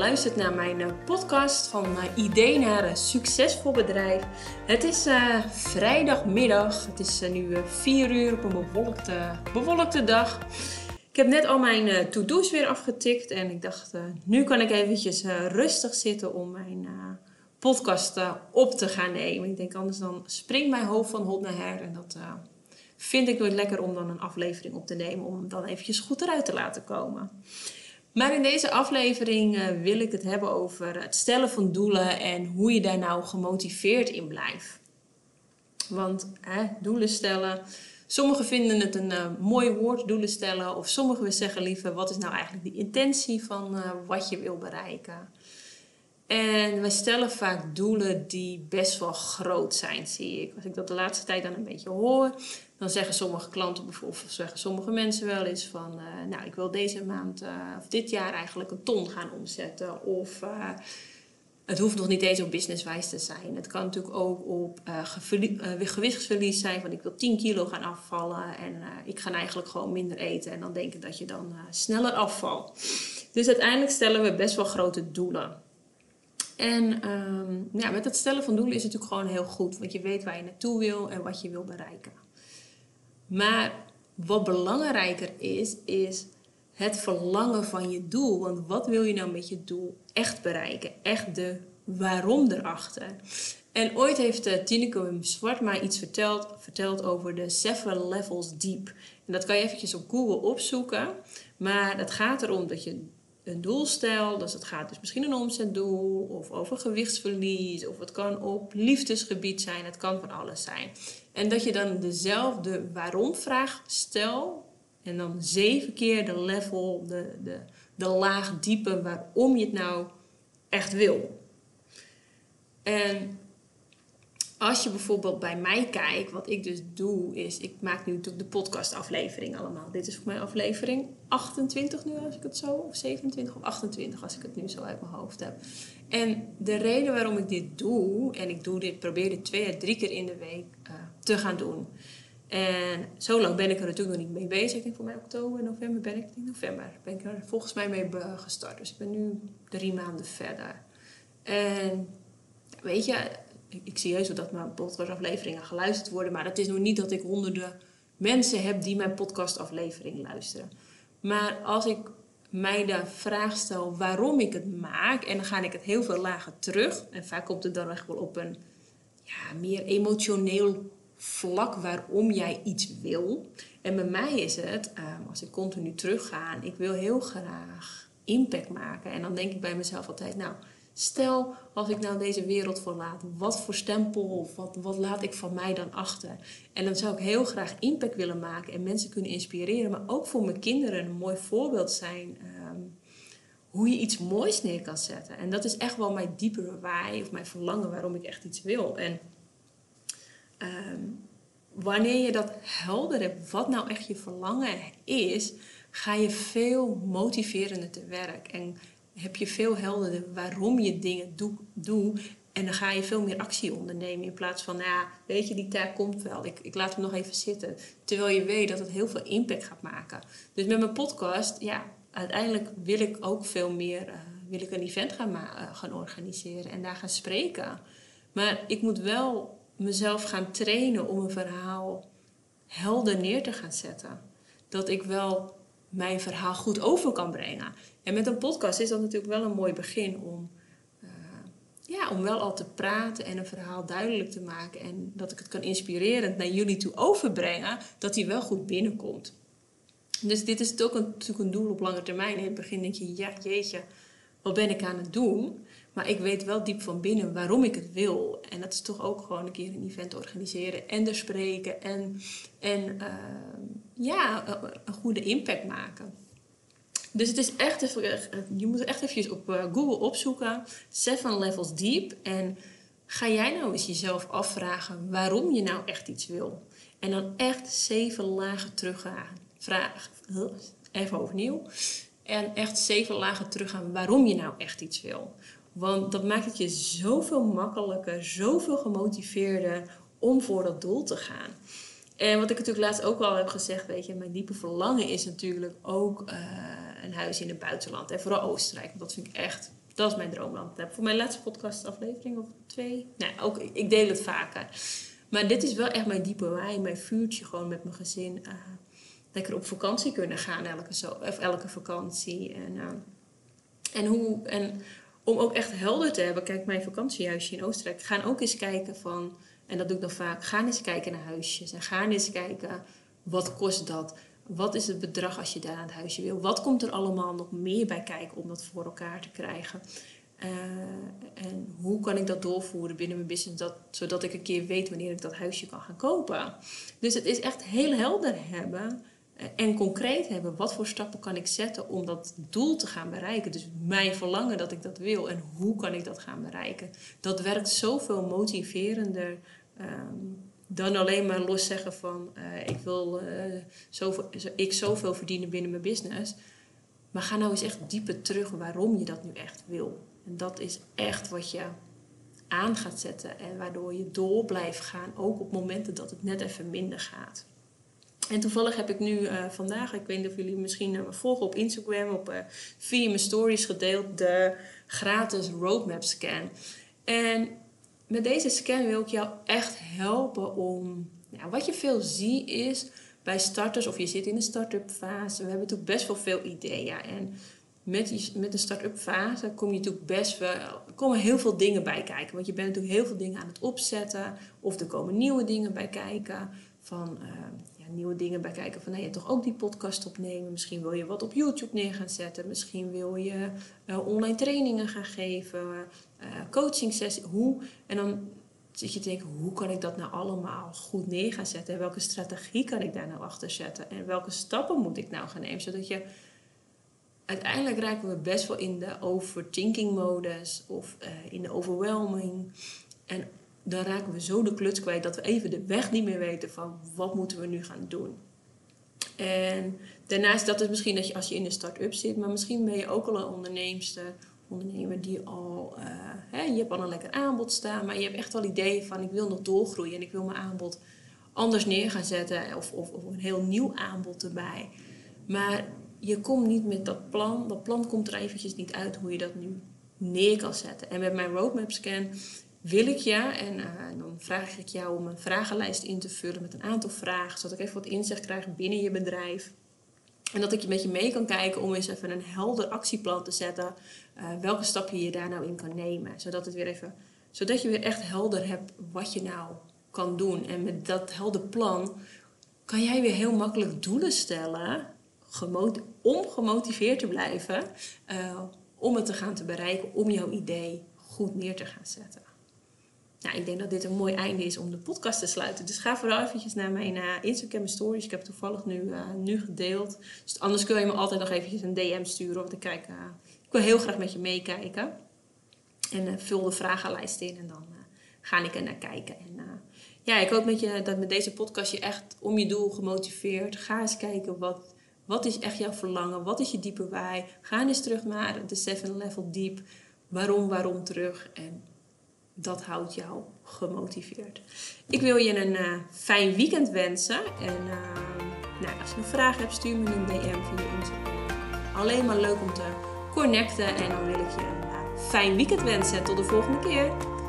luistert naar mijn podcast van idee naar een succesvol bedrijf. Het is vrijdagmiddag, het is nu 4 uur op een bewolkte dag. Ik heb net al mijn to-do's weer afgetikt en ik dacht, nu kan ik eventjes rustig zitten om mijn podcast op te gaan nemen. Ik denk anders dan springt mijn hoofd van hot naar her en dat vind ik nooit lekker om dan een aflevering op te nemen, om hem dan eventjes goed eruit te laten komen. Maar in deze aflevering wil ik het hebben over het stellen van doelen en hoe je daar nou gemotiveerd in blijft. Want doelen stellen, sommigen vinden het een mooi woord, doelen stellen. Of sommigen zeggen liever, wat is nou eigenlijk de intentie van wat je wil bereiken. En we stellen vaak doelen die best wel groot zijn, zie ik. Als ik dat de laatste tijd dan een beetje hoor, dan zeggen sommige klanten bijvoorbeeld, of zeggen sommige mensen wel eens van, ik wil deze maand of dit jaar eigenlijk 1 ton gaan omzetten. Of het hoeft nog niet eens op businesswijs te zijn. Het kan natuurlijk ook op gewichtsverlies zijn, van ik wil 10 kilo gaan afvallen en ik ga eigenlijk gewoon minder eten. En dan denken dat je dan sneller afvalt. Dus uiteindelijk stellen we best wel grote doelen. En met het stellen van doelen is het natuurlijk gewoon heel goed. Want je weet waar je naartoe wil en wat je wil bereiken. Maar wat belangrijker is het verlangen van je doel. Want wat wil je nou met je doel echt bereiken? Echt de waarom erachter. En ooit heeft Tineke Zwart mij iets verteld over de 7 levels deep. En dat kan je eventjes op Google opzoeken. Maar het gaat erom dat je een doel stelt. Dus het gaat dus misschien een omzetdoel of over gewichtsverlies. Of het kan op liefdesgebied zijn. Het kan van alles zijn. En dat je dan dezelfde waarom-vraag stelt. En dan 7 keer de level, de laag diepe waarom je het nou echt wil. En als je bijvoorbeeld bij mij kijkt, wat ik dus doe is, ik maak nu natuurlijk de podcastaflevering allemaal. Dit is voor mij aflevering 28 nu als ik het zo, of 27 of 28 als ik het nu zo uit mijn hoofd heb. En de reden waarom ik dit doe, en ik probeer dit 2 à 3 keer in de week te gaan doen. En zo lang ben ik er natuurlijk nog niet mee bezig. Ik denk voor mij oktober, november ben ik er volgens mij mee gestart. Dus ik ben nu 3 maanden verder. En weet je, ik zie heus wel dat mijn podcastafleveringen geluisterd worden. Maar het is nog niet dat ik honderden mensen heb die mijn podcastaflevering luisteren. Maar als ik mij de vraag stel waarom ik het maak, en dan ga ik het heel veel lager terug. En vaak komt het dan echt wel op een meer emotioneel vlak waarom jij iets wil. En bij mij is het, als ik continu terugga, ik wil heel graag impact maken. En dan denk ik bij mezelf altijd, stel als ik nou deze wereld verlaat, wat voor stempel of wat laat ik van mij dan achter? En dan zou ik heel graag impact willen maken en mensen kunnen inspireren. Maar ook voor mijn kinderen een mooi voorbeeld zijn hoe je iets moois neer kan zetten. En dat is echt wel mijn diepere why of mijn verlangen waarom ik echt iets wil. En wanneer je dat helder hebt, wat nou echt je verlangen is, ga je veel motiverender te werk. En heb je veel helderder waarom je dingen doet. En dan ga je veel meer actie ondernemen. In plaats van, weet je, die taak komt wel. Ik laat hem nog even zitten. Terwijl je weet dat het heel veel impact gaat maken. Dus met mijn podcast, uiteindelijk wil ik ook veel meer wil ik een event gaan organiseren. En daar gaan spreken. Maar ik moet wel mezelf gaan trainen om een verhaal helder neer te gaan zetten. Dat ik wel mijn verhaal goed over kan brengen. En met een podcast is dat natuurlijk wel een mooi begin om wel al te praten en een verhaal duidelijk te maken. En dat ik het kan inspirerend naar jullie toe overbrengen, dat die wel goed binnenkomt. Dus dit is ook natuurlijk een doel op lange termijn. In het begin denk je, jeetje, wat ben ik aan het doen? Maar ik weet wel diep van binnen waarom ik het wil. En dat is toch ook gewoon een keer een event organiseren en er spreken en een goede impact maken. Dus het is echt je moet echt even op Google opzoeken, 7 levels deep. En ga jij nou eens jezelf afvragen waarom je nou echt iets wil. En dan echt 7 lagen teruggaan. Even overnieuw. En echt 7 lagen teruggaan waarom je nou echt iets wil. Want dat maakt het je zoveel makkelijker, zoveel gemotiveerder om voor dat doel te gaan. En wat ik natuurlijk laatst ook al heb gezegd, weet je, mijn diepe verlangen is natuurlijk ook een huis in het buitenland. En vooral Oostenrijk, want dat vind ik echt Dat is mijn droomland. Voor mijn laatste podcastaflevering of 2. Ook, ik deel het vaker. Maar dit is wel echt mijn diepe why, mijn vuurtje gewoon met mijn gezin. Lekker op vakantie kunnen gaan elke vakantie. En om ook echt helder te hebben. Kijk, mijn vakantiehuisje in Oostenrijk. Gaan ook eens kijken van, en dat doe ik dan vaak. Gaan eens kijken naar huisjes. En gaan eens kijken, wat kost dat? Wat is het bedrag als je daar aan het huisje wil? Wat komt er allemaal nog meer bij kijken om dat voor elkaar te krijgen? En hoe kan ik dat doorvoeren binnen mijn business, zodat ik een keer weet wanneer ik dat huisje kan gaan kopen. Dus het is echt heel helder hebben en concreet hebben. Wat voor stappen kan ik zetten om dat doel te gaan bereiken? Dus mijn verlangen dat ik dat wil en hoe kan ik dat gaan bereiken? Dat werkt zoveel motiverender dan alleen maar los zeggen van ik wil zoveel verdienen binnen mijn business. Maar ga nou eens echt dieper terug waarom je dat nu echt wil. En dat is echt wat je aan gaat zetten en waardoor je door blijft gaan, ook op momenten dat het net even minder gaat. En toevallig heb ik nu vandaag, ik weet niet of jullie misschien me volgen op Instagram, via mijn stories gedeeld, de gratis roadmap scan. En met deze scan wil ik jou echt helpen om, wat je veel ziet is bij starters, of je zit in de start-up fase, we hebben natuurlijk best wel veel ideeën. En met de start-up fase komen heel veel dingen bij kijken. Want je bent natuurlijk heel veel dingen aan het opzetten. Of er komen nieuwe dingen bij kijken. Nieuwe dingen bij kijken van, je toch ook die podcast opnemen. Misschien wil je wat op YouTube neer gaan zetten. Misschien wil je online trainingen gaan geven. Coaching sessies. En dan zit je te denken, hoe kan ik dat nou allemaal goed neer gaan zetten? En welke strategie kan ik daar nou achter zetten? En welke stappen moet ik nou gaan nemen? Zodat je uiteindelijk raken we best wel in de overthinking modus of in de overwhelming. En dan raken we zo de kluts kwijt dat we even de weg niet meer weten van wat moeten we nu gaan doen. En daarnaast, dat is misschien dat je als je in de start-up zit, maar misschien ben je ook al een ondernemer die al, je hebt al een lekker aanbod staan, maar je hebt echt wel ideeën van ik wil nog doorgroeien en ik wil mijn aanbod anders neer gaan zetten of een heel nieuw aanbod erbij. Maar je komt niet met dat plan. Dat plan komt er eventjes niet uit hoe je dat nu neer kan zetten. En met mijn roadmap scan wil ik je, en dan vraag ik jou om een vragenlijst in te vullen met een aantal vragen, zodat ik even wat inzicht krijg binnen je bedrijf. En dat ik je met je mee kan kijken om eens even een helder actieplan te zetten. Welke stappen je daar nou in kan nemen. Zodat je weer echt helder hebt wat je nou kan doen. En met dat helder plan kan jij weer heel makkelijk doelen stellen om gemotiveerd te blijven, om het te bereiken, om jouw idee goed neer te gaan zetten. Ik denk dat dit een mooi einde is om de podcast te sluiten. Dus ga vooral eventjes naar mijn Instagram stories. Ik heb het toevallig nu gedeeld. Dus anders kun je me altijd nog eventjes een DM sturen. Want ik wil heel graag met je meekijken. En vul de vragenlijst in en dan ga ik er naar kijken. En ik hoop dat met deze podcast je echt om je doel gemotiveerd. Ga eens kijken wat is echt jouw verlangen? Wat is je diepe why? Ga eens terug naar de 7 level deep. Waarom terug? En dat houdt jou gemotiveerd. Ik wil je een fijn weekend wensen. En als je een vraag hebt, stuur me een DM via Instagram. Alleen maar leuk om te connecten. En dan wil ik je een fijn weekend wensen. Tot de volgende keer.